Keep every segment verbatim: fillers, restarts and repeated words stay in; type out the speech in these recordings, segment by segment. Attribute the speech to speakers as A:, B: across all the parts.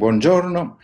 A: Buongiorno.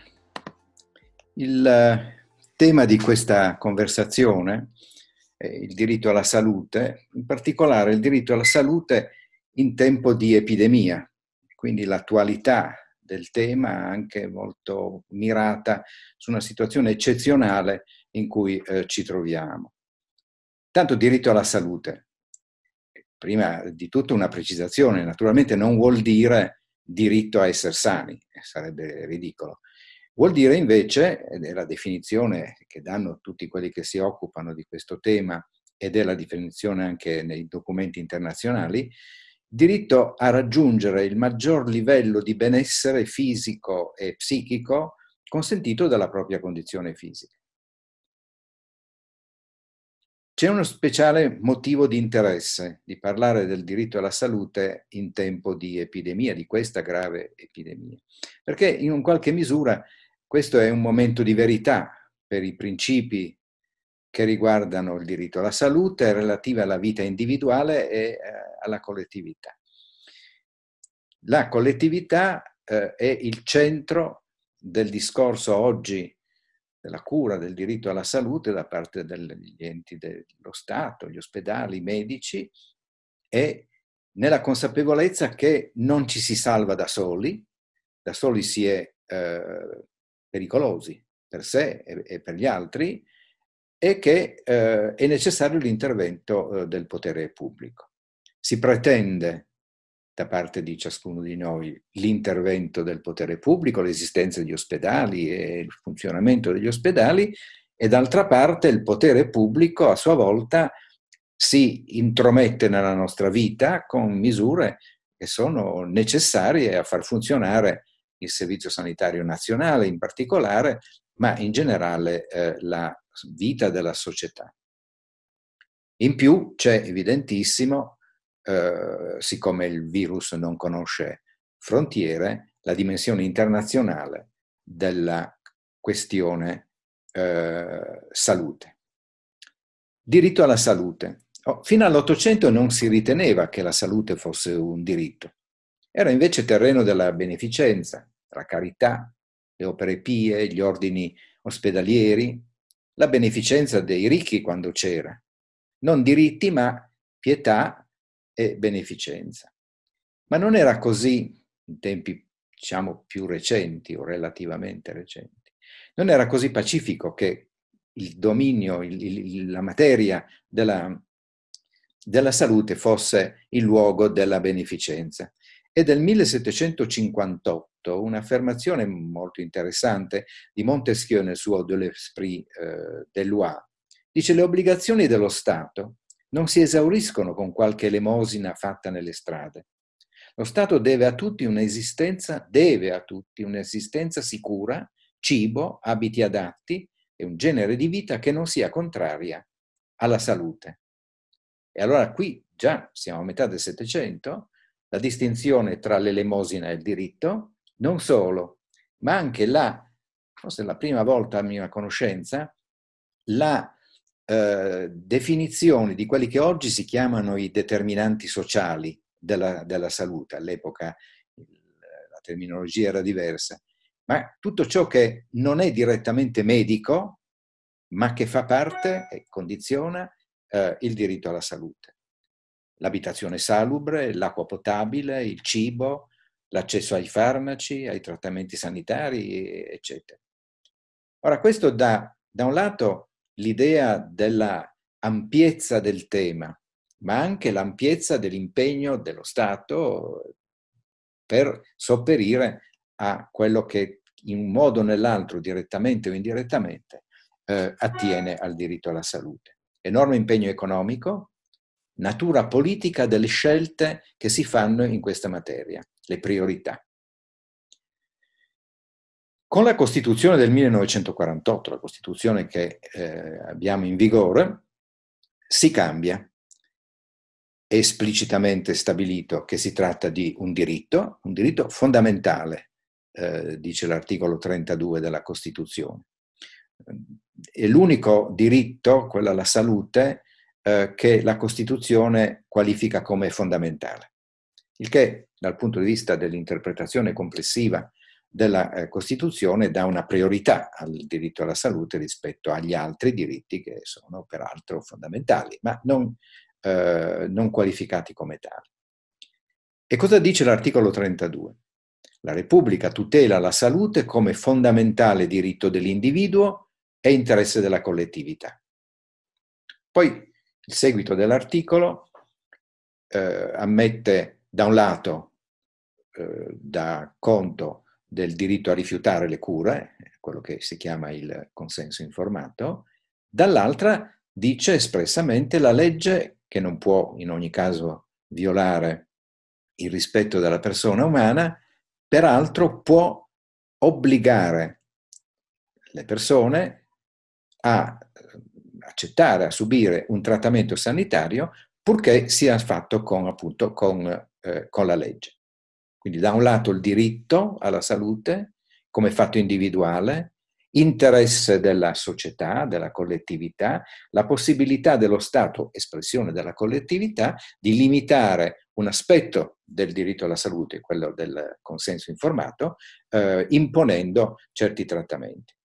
A: Il tema di questa conversazione è il diritto alla salute, in particolare il diritto alla salute in tempo di epidemia, quindi l'attualità del tema anche molto mirata su una situazione eccezionale in cui eh, ci troviamo. Tanto diritto alla salute, prima di tutto una precisazione, naturalmente non vuol dire diritto a essere sani, sarebbe ridicolo. Vuol dire invece, ed è la definizione che danno tutti quelli che si occupano di questo tema ed è la definizione anche nei documenti internazionali, diritto a raggiungere il maggior livello di benessere fisico e psichico consentito dalla propria condizione fisica. C'è uno speciale motivo di interesse di parlare del diritto alla salute in tempo di epidemia, di questa grave epidemia, perché in un qualche misura questo è un momento di verità per i principi che riguardano il diritto alla salute relativi alla vita individuale e eh, alla collettività. La collettività eh, è il centro del discorso oggi della cura del diritto alla salute da parte degli enti dello Stato, gli ospedali, i medici, e nella consapevolezza che non ci si salva da soli, da soli si è eh, pericolosi per sé e, e per gli altri, e che eh, è necessario l'intervento eh, del potere pubblico. Si pretende da parte di ciascuno di noi l'intervento del potere pubblico, l'esistenza degli ospedali e il funzionamento degli ospedali, e d'altra parte il potere pubblico a sua volta si intromette nella nostra vita con misure che sono necessarie a far funzionare il Servizio Sanitario Nazionale in particolare, ma in generale eh, la vita della società. In più c'è evidentissimo, eh, siccome il virus non conosce frontiere, la dimensione internazionale della questione eh, salute. Diritto alla salute. Oh, fino all'Ottocento non si riteneva che la salute fosse un diritto. Era invece terreno della beneficenza, la carità, le opere pie, gli ordini ospedalieri, la beneficenza dei ricchi quando c'era. Non diritti, ma pietà e beneficenza. Ma non era così in tempi, diciamo, più recenti o relativamente recenti. Non era così pacifico che il dominio, il, il, la materia della, della salute fosse il luogo della beneficenza. È del millesettecentocinquantotto un'affermazione molto interessante di Montesquieu nel suo De l'Esprit eh, des lois. Dice: le obbligazioni dello Stato non si esauriscono con qualche elemosina fatta nelle strade. Lo Stato deve a tutti un'esistenza, deve a tutti un'esistenza sicura, cibo, abiti adatti e un genere di vita che non sia contraria alla salute. E allora qui già siamo a metà del Settecento, la distinzione tra l'elemosina e il diritto, non solo, ma anche la, forse la prima volta a mia conoscenza, la eh, definizione di quelli che oggi si chiamano i determinanti sociali della, della salute. All'epoca la terminologia era diversa, ma tutto ciò che non è direttamente medico, ma che fa parte e condiziona eh, il diritto alla salute. L'abitazione salubre, l'acqua potabile, il cibo, l'accesso ai farmaci, ai trattamenti sanitari, eccetera. Ora, questo dà, da un lato, l'idea della ampiezza del tema, ma anche l'ampiezza dell'impegno dello Stato per sopperire a quello che in un modo o nell'altro, direttamente o indirettamente, eh, attiene al diritto alla salute. Enorme impegno economico, natura politica delle scelte che si fanno in questa materia, le priorità. Con la Costituzione del millenovecentoquarantotto, la Costituzione che eh, abbiamo in vigore, si cambia. È esplicitamente stabilito che si tratta di un diritto, un diritto fondamentale, eh, dice l'articolo trentadue della Costituzione. È l'unico diritto, quello alla salute, eh, che la Costituzione qualifica come fondamentale. Il che, dal punto di vista dell'interpretazione complessiva della eh, Costituzione dà una priorità al diritto alla salute rispetto agli altri diritti che sono peraltro fondamentali, ma non, eh, non qualificati come tali. E cosa dice l'articolo trentadue? La Repubblica tutela la salute come fondamentale diritto dell'individuo e interesse della collettività. Poi il seguito dell'articolo eh, ammette da un lato eh, da conto del diritto a rifiutare le cure, quello che si chiama il consenso informato, dall'altra dice espressamente la legge, che non può in ogni caso violare il rispetto della persona umana, peraltro può obbligare le persone a accettare, a subire un trattamento sanitario purché sia fatto con, appunto, con, eh, con la legge. Quindi da un lato il diritto alla salute come fatto individuale, interesse della società, della collettività, la possibilità dello Stato, espressione della collettività, di limitare un aspetto del diritto alla salute, quello del consenso informato, eh, imponendo certi trattamenti.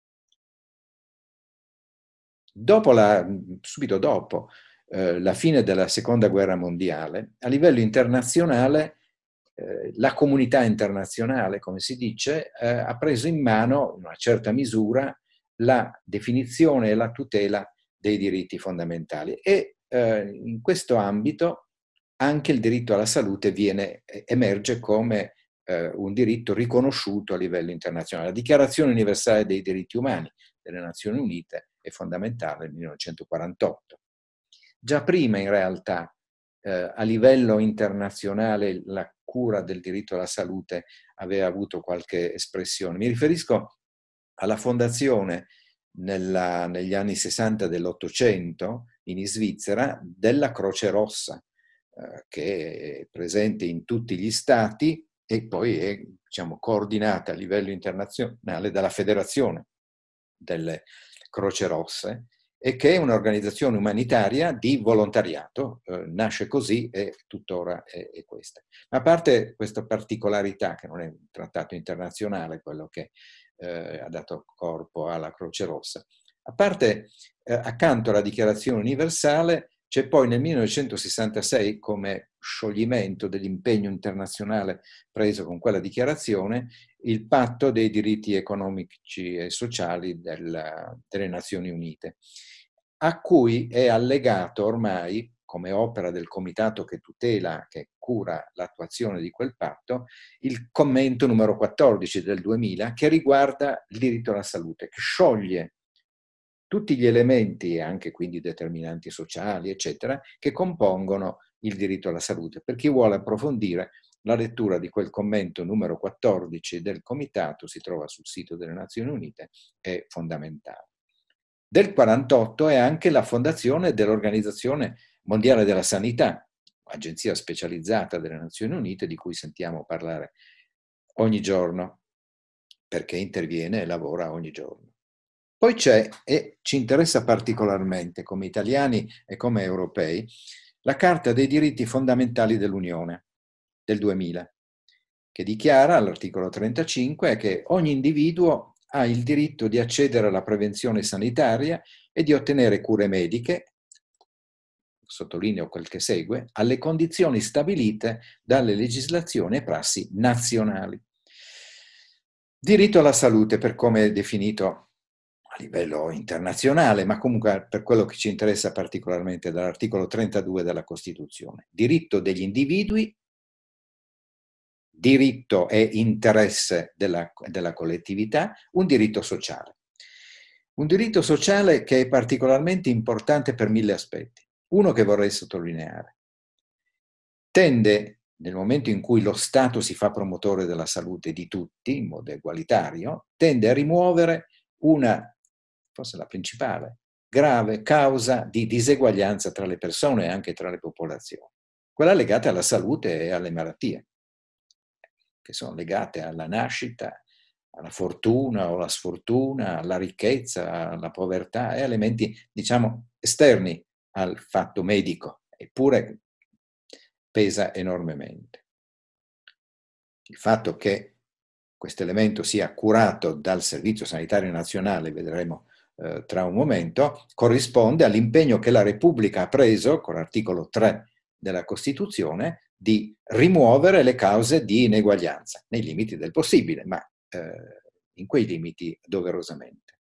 A: Dopo la, subito dopo eh, la fine della Seconda Guerra Mondiale, a livello internazionale, eh, la comunità internazionale, come si dice, eh, ha preso in mano, in una certa misura, la definizione e la tutela dei diritti fondamentali. E eh, in questo ambito anche il diritto alla salute viene, emerge come eh, un diritto riconosciuto a livello internazionale. La Dichiarazione universale dei diritti umani delle Nazioni Unite è fondamentale nel millenovecentoquarantotto. Già prima, in realtà, eh, a livello internazionale la cura del diritto alla salute aveva avuto qualche espressione. Mi riferisco alla fondazione nella, negli anni sessanta dell'Ottocento in Svizzera della Croce Rossa, eh, che è presente in tutti gli stati e poi è, diciamo, coordinata a livello internazionale dalla Federazione delle Croce Rosse, e che è un'organizzazione umanitaria di volontariato, eh, nasce così e tuttora è, è questa. Ma a parte questa particolarità, che non è un trattato internazionale quello che eh, ha dato corpo alla Croce Rossa, a parte eh, accanto alla Dichiarazione Universale c'è poi nel millenovecentosessantasei, come scioglimento dell'impegno internazionale preso con quella dichiarazione, il patto dei diritti economici e sociali del, delle Nazioni Unite, a cui è allegato ormai, come opera del comitato che tutela, che cura l'attuazione di quel patto, il commento numero quattordici del duemila, che riguarda il diritto alla salute, che scioglie tutti gli elementi, anche quindi determinanti sociali, eccetera, che compongono il diritto alla salute. Per chi vuole approfondire, la lettura di quel commento numero quattordici del Comitato, si trova sul sito delle Nazioni Unite, è fondamentale. Del quarantotto è anche la fondazione dell'Organizzazione Mondiale della Sanità, agenzia specializzata delle Nazioni Unite di cui sentiamo parlare ogni giorno, perché interviene e lavora ogni giorno. Poi c'è, e ci interessa particolarmente come italiani e come europei, la Carta dei diritti fondamentali dell'Unione del duemila, che dichiara all'articolo trentacinque che ogni individuo ha il diritto di accedere alla prevenzione sanitaria e di ottenere cure mediche, sottolineo quel che segue, alle condizioni stabilite dalle legislazioni e prassi nazionali. Diritto alla salute, per come è definito a livello internazionale, ma comunque per quello che ci interessa particolarmente dall'articolo trentadue della Costituzione. Diritto degli individui, diritto e interesse della, della collettività, un diritto sociale. Un diritto sociale che è particolarmente importante per mille aspetti. Uno che vorrei sottolineare. Tende, nel momento in cui lo Stato si fa promotore della salute di tutti, in modo egualitario, tende a rimuovere una, forse la principale, grave causa di diseguaglianza tra le persone e anche tra le popolazioni, quella legata alla salute e alle malattie, che sono legate alla nascita, alla fortuna o alla sfortuna, alla ricchezza, alla povertà, e elementi, diciamo, esterni al fatto medico, eppure pesa enormemente. Il fatto che questo elemento sia curato dal Servizio Sanitario Nazionale, vedremo eh, tra un momento, corrisponde all'impegno che la Repubblica ha preso con l'articolo tre della Costituzione di rimuovere le cause di ineguaglianza, nei limiti del possibile, ma eh, in quei limiti doverosamente.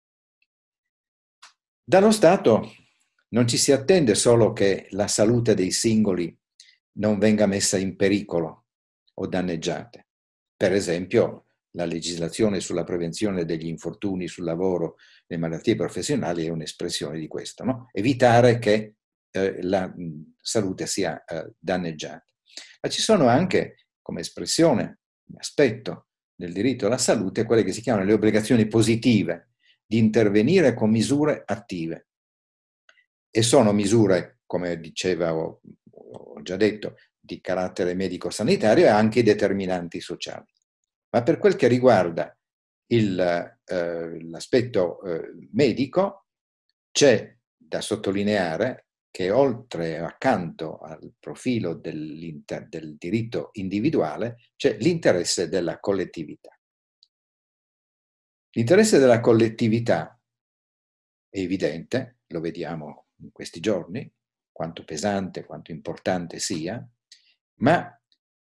A: Dallo Stato non ci si attende solo che la salute dei singoli non venga messa in pericolo o danneggiate. Per esempio, la legislazione sulla prevenzione degli infortuni sul lavoro e le malattie professionali è un'espressione di questo, no? Evitare che eh, la mh, salute sia eh, danneggiata. Ma ci sono anche, come espressione, aspetto del diritto alla salute, quelle che si chiamano le obbligazioni positive, di intervenire con misure attive. E sono misure, come diceva, ho, ho già detto, di carattere medico-sanitario e anche determinanti sociali. Ma per quel che riguarda eh, l'aspetto eh, medico, c'è da sottolineare che oltre accanto al profilo del diritto individuale c'è l'interesse della collettività. L'interesse della collettività è evidente, lo vediamo in questi giorni, quanto pesante, quanto importante sia, ma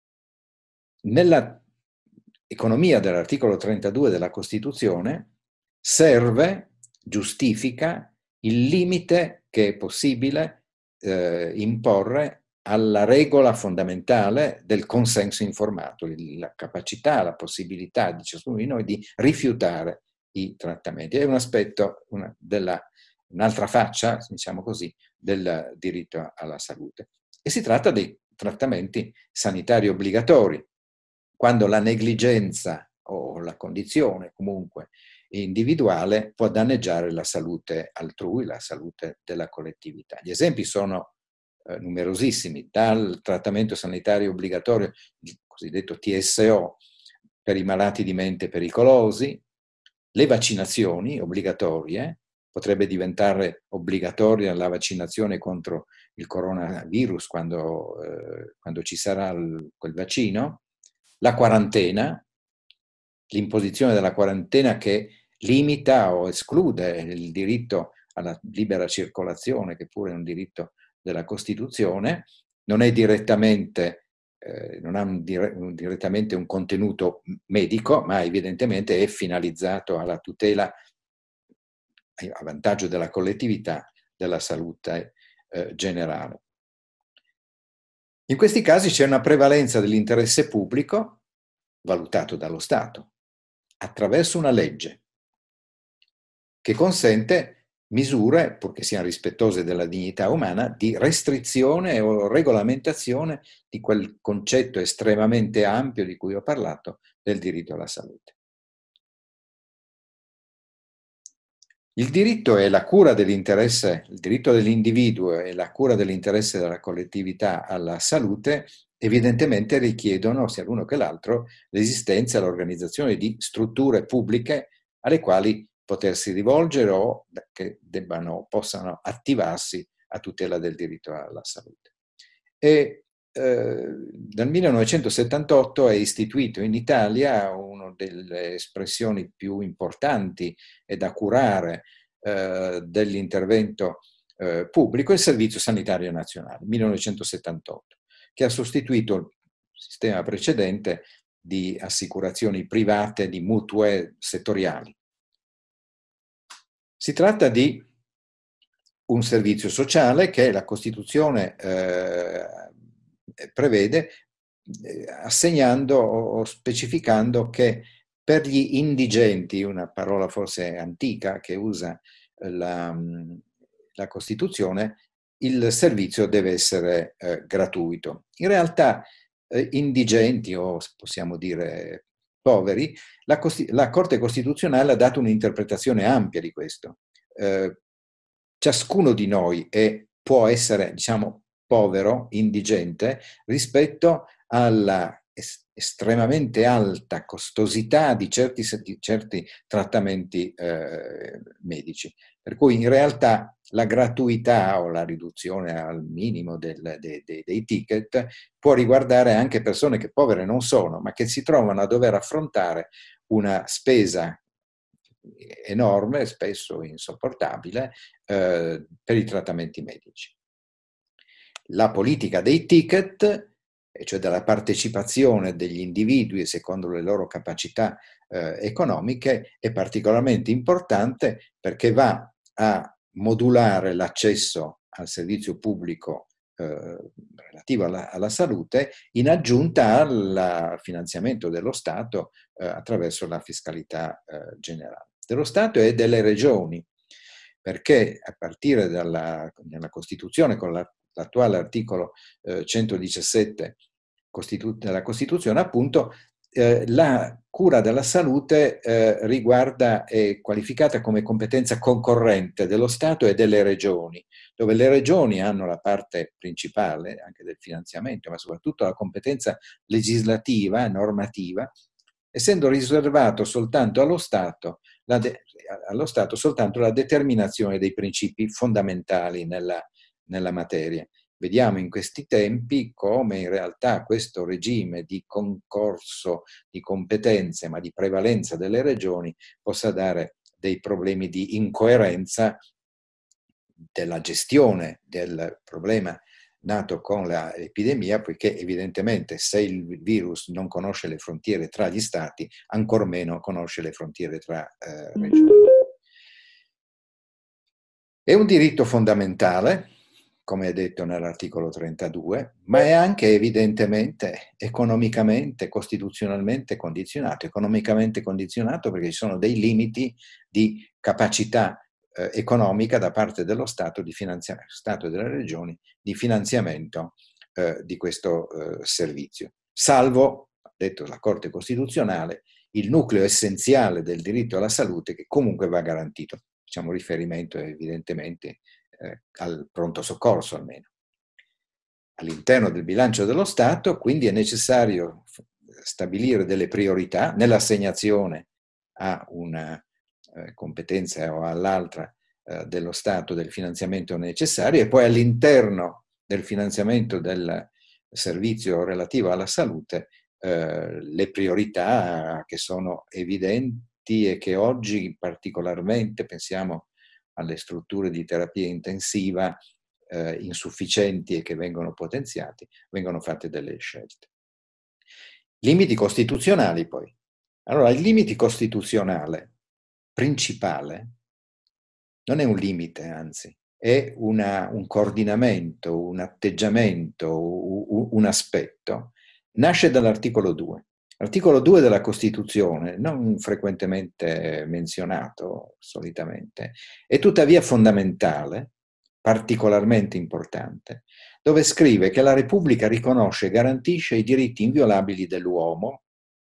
A: nella economia dell'articolo trentadue della Costituzione serve, giustifica il limite che è possibile eh, imporre alla regola fondamentale del consenso informato, la capacità, la possibilità di ciascuno di noi di rifiutare i trattamenti. È un aspetto, una, della, un'altra faccia, diciamo così, del diritto alla salute. E si tratta dei trattamenti sanitari obbligatori, quando la negligenza o la condizione comunque individuale può danneggiare la salute altrui, la salute della collettività. Gli esempi sono eh, numerosissimi, dal trattamento sanitario obbligatorio, il cosiddetto T S O, per i malati di mente pericolosi, le vaccinazioni obbligatorie, potrebbe diventare obbligatoria la vaccinazione contro il coronavirus quando, eh, quando ci sarà il, quel vaccino, la quarantena, l'imposizione della quarantena che limita o esclude il diritto alla libera circolazione, che pure è un diritto della Costituzione, non è direttamente, eh, non ha un dire, un, direttamente un contenuto medico, ma evidentemente è finalizzato alla tutela, a vantaggio della collettività, della salute eh, generale. In questi casi c'è una prevalenza dell'interesse pubblico valutato dallo Stato attraverso una legge che consente misure, purché siano rispettose della dignità umana, di restrizione o regolamentazione di quel concetto estremamente ampio di cui ho parlato del diritto alla salute. Il diritto e la cura dell'interesse, il diritto dell'individuo e la cura dell'interesse della collettività alla salute evidentemente richiedono, sia l'uno che l'altro, l'esistenza e l'organizzazione di strutture pubbliche alle quali potersi rivolgere o che debbano, possano attivarsi a tutela del diritto alla salute. E eh, dal millenovecentosettantotto è istituito in Italia una delle espressioni più importanti e da curare eh, dell'intervento eh, pubblico, il Servizio Sanitario Nazionale, millenovecentosettantotto, che ha sostituito il sistema precedente di assicurazioni private, di mutue settoriali. Si tratta di un servizio sociale che la Costituzione eh, prevede, eh, assegnando o specificando che per gli indigenti, una parola forse antica che usa la, la Costituzione, il servizio deve essere eh, gratuito. In realtà eh, indigenti o possiamo dire poveri, la, la Corte Costituzionale ha dato un'interpretazione ampia di questo. Eh, ciascuno di noi è, può essere, diciamo, povero, indigente, rispetto alla es- estremamente alta costosità di certi, di certi trattamenti eh, medici. Per cui in realtà la gratuità o la riduzione al minimo del, de, de, dei ticket può riguardare anche persone che povere non sono, ma che si trovano a dover affrontare una spesa enorme, spesso insopportabile, eh, per i trattamenti medici. La politica dei ticket, cioè della partecipazione degli individui secondo le loro capacità eh, economiche, è particolarmente importante perché va a modulare l'accesso al servizio pubblico eh, relativo alla, alla salute in aggiunta al finanziamento dello Stato eh, attraverso la fiscalità eh, generale. Dello Stato e delle regioni, perché a partire dalla, dalla Costituzione, con la, l'attuale articolo eh, centodiciassette Costitu- della Costituzione, appunto, eh, la cura della salute eh, riguarda, è qualificata come competenza concorrente dello Stato e delle regioni, dove le regioni hanno la parte principale anche del finanziamento, ma soprattutto la competenza legislativa, normativa, essendo riservato soltanto allo Stato, la de- allo Stato soltanto la determinazione dei principi fondamentali nella, nella materia. Vediamo in questi tempi come in realtà questo regime di concorso di competenze, ma di prevalenza delle regioni, possa dare dei problemi di incoerenza della gestione del problema nato con l'epidemia, poiché evidentemente se il virus non conosce le frontiere tra gli stati, ancor meno conosce le frontiere tra eh, regioni. È un diritto fondamentale, come è detto nell'articolo trentadue, ma è anche evidentemente economicamente, costituzionalmente condizionato. Economicamente condizionato perché ci sono dei limiti di capacità eh, economica da parte dello Stato, di finanziamento, Stato e delle regioni, di finanziamento eh, di questo eh, servizio. Salvo, ha detto la Corte Costituzionale, il nucleo essenziale del diritto alla salute che comunque va garantito. Facciamo riferimento evidentemente eh, al pronto soccorso almeno. All'interno del bilancio dello Stato, quindi è necessario stabilire delle priorità nell'assegnazione a una eh, competenza o all'altra eh, dello Stato del finanziamento necessario e poi all'interno del finanziamento del servizio relativo alla salute eh, le priorità che sono evidenti e che oggi particolarmente, pensiamo alle strutture di terapia intensiva eh, insufficienti e che vengono potenziati, vengono fatte delle scelte. Limiti costituzionali poi. Allora, il limite costituzionale principale non è un limite, anzi, è una, un coordinamento, un atteggiamento, un, un aspetto. Nasce dall'articolo due. L'articolo due della Costituzione, non frequentemente menzionato solitamente, è tuttavia fondamentale, particolarmente importante, dove scrive che la Repubblica riconosce e garantisce i diritti inviolabili dell'uomo.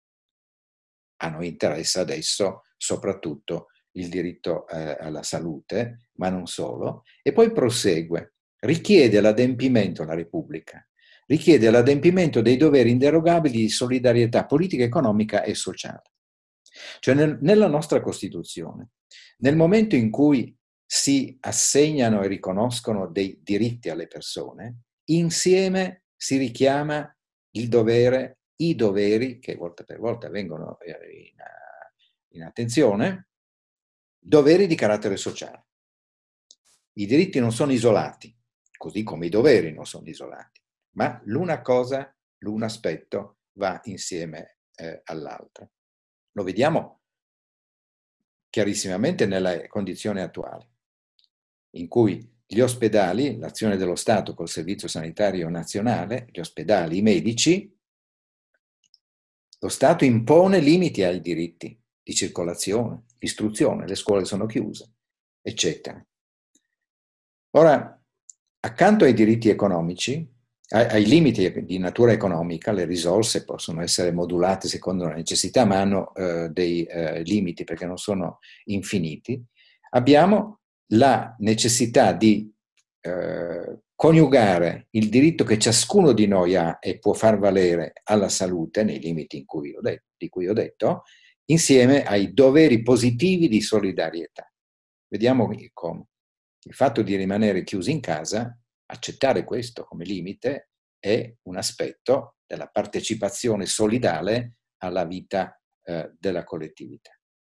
A: A noi interessa adesso soprattutto il diritto eh, alla salute, ma non solo, e poi prosegue. Richiede l'adempimento alla Repubblica, richiede l'adempimento dei doveri inderogabili di solidarietà politica, economica e sociale. Cioè nel, nella nostra Costituzione, nel momento in cui si assegnano e riconoscono dei diritti alle persone, insieme si richiama il dovere, i doveri, che volta per volta vengono in, in attenzione, doveri di carattere sociale. I diritti non sono isolati, così come i doveri non sono isolati, ma l'una cosa, l'un aspetto va insieme eh, all'altra. Lo vediamo chiarissimamente nella condizione attuale, in cui gli ospedali, l'azione dello Stato col Servizio Sanitario Nazionale, gli ospedali, i medici, lo Stato impone limiti ai diritti di circolazione, istruzione, le scuole sono chiuse, eccetera. Ora, accanto ai diritti economici, ai, ai limiti di natura economica, le risorse possono essere modulate secondo la necessità, ma hanno eh, dei eh, limiti perché non sono infiniti, abbiamo la necessità di eh, coniugare il diritto che ciascuno di noi ha e può far valere alla salute, nei limiti in cui ho detto, di cui ho detto, insieme ai doveri positivi di solidarietà. Vediamo come. Il fatto di rimanere chiusi in casa, accettare questo come limite, è un aspetto della partecipazione solidale alla vita eh, della collettività.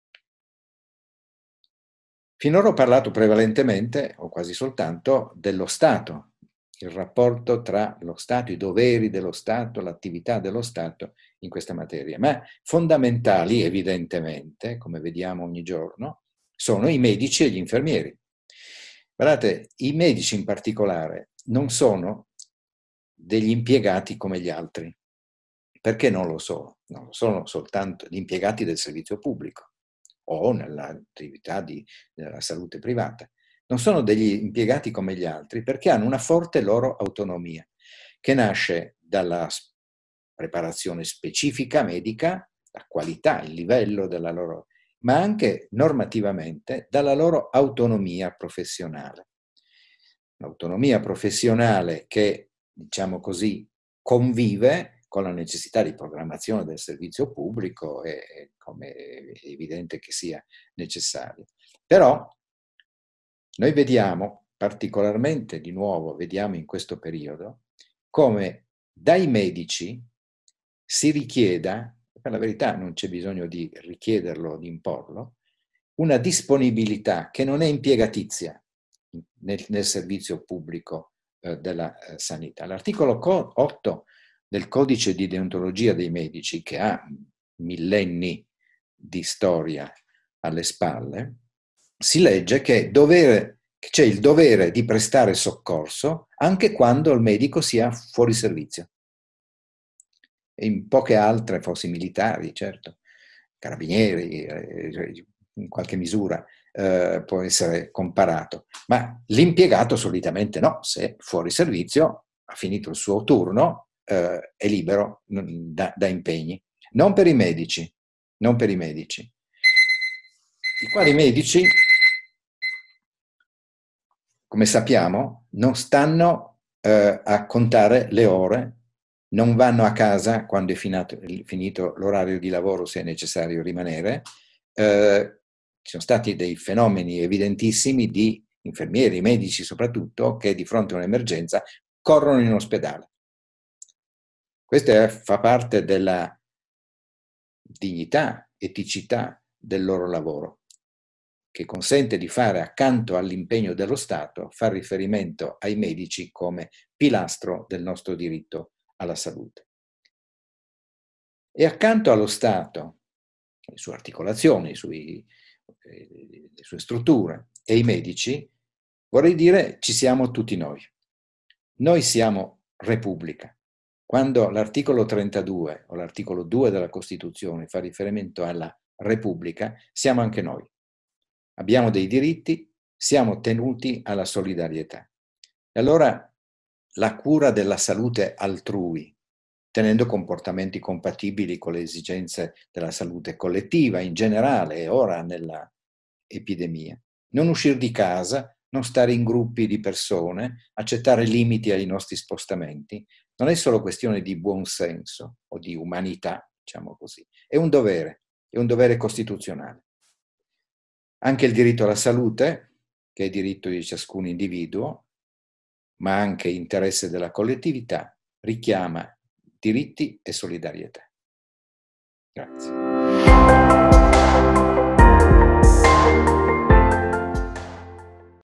A: Finora ho parlato prevalentemente, o quasi soltanto, dello Stato, il rapporto tra lo Stato, i doveri dello Stato, l'attività dello Stato in questa materia. Ma fondamentali, evidentemente, come vediamo ogni giorno, sono i medici e gli infermieri. Guardate, i medici in particolare non sono degli impiegati come gli altri. Perché non lo sono? Non lo sono soltanto gli impiegati del servizio pubblico o nell'attività di, della salute privata. Non sono degli impiegati come gli altri perché hanno una forte loro autonomia, che nasce dalla preparazione specifica medica, la qualità, il livello della loro, ma anche normativamente dalla loro autonomia professionale. L'autonomia professionale che, diciamo così, convive con la necessità di programmazione del servizio pubblico e come è evidente che sia necessario. Però noi vediamo particolarmente, di nuovo, vediamo in questo periodo, come dai medici si richieda, per la verità non c'è bisogno di richiederlo, di imporlo, una disponibilità che non è impiegatizia nel, nel servizio pubblico eh, della eh, sanità. L'articolo otto del codice di deontologia dei medici, che ha millenni di storia alle spalle, si legge che dovere, c'è il dovere di prestare soccorso anche quando il medico sia fuori servizio. E in poche altre, forse militari, certo, carabinieri, eh, in qualche misura eh, può essere comparato, ma l'impiegato solitamente no, se fuori servizio ha finito il suo turno, eh, è libero da, da impegni. Non per i medici, non per i medici, i quali medici, come sappiamo, non stanno eh, a contare le ore, non vanno a casa quando è finito, finito l'orario di lavoro, se è necessario rimanere. Eh, ci sono stati dei fenomeni evidentissimi di infermieri, medici soprattutto, che di fronte a un'emergenza corrono in ospedale. Questo è, fa parte della dignità, eticità del loro lavoro, che consente di fare, accanto all'impegno dello Stato, far riferimento ai medici come pilastro del nostro diritto alla salute. E accanto allo Stato, le sue articolazioni, sui, eh, le sue strutture e i medici, vorrei dire ci siamo tutti noi. Noi siamo Repubblica. Quando l'articolo trentadue o l'articolo due della Costituzione fa riferimento alla Repubblica, siamo anche noi. Abbiamo dei diritti, siamo tenuti alla solidarietà. E allora la cura della salute altrui, tenendo comportamenti compatibili con le esigenze della salute collettiva in generale e ora nella epidemia. Non uscire di casa, non stare in gruppi di persone, accettare limiti ai nostri spostamenti, non è solo questione di buon senso o di umanità, diciamo così, è un dovere, è un dovere costituzionale. Anche il diritto alla salute, che è diritto di ciascun individuo, ma anche interesse della collettività, richiama diritti e solidarietà. Grazie.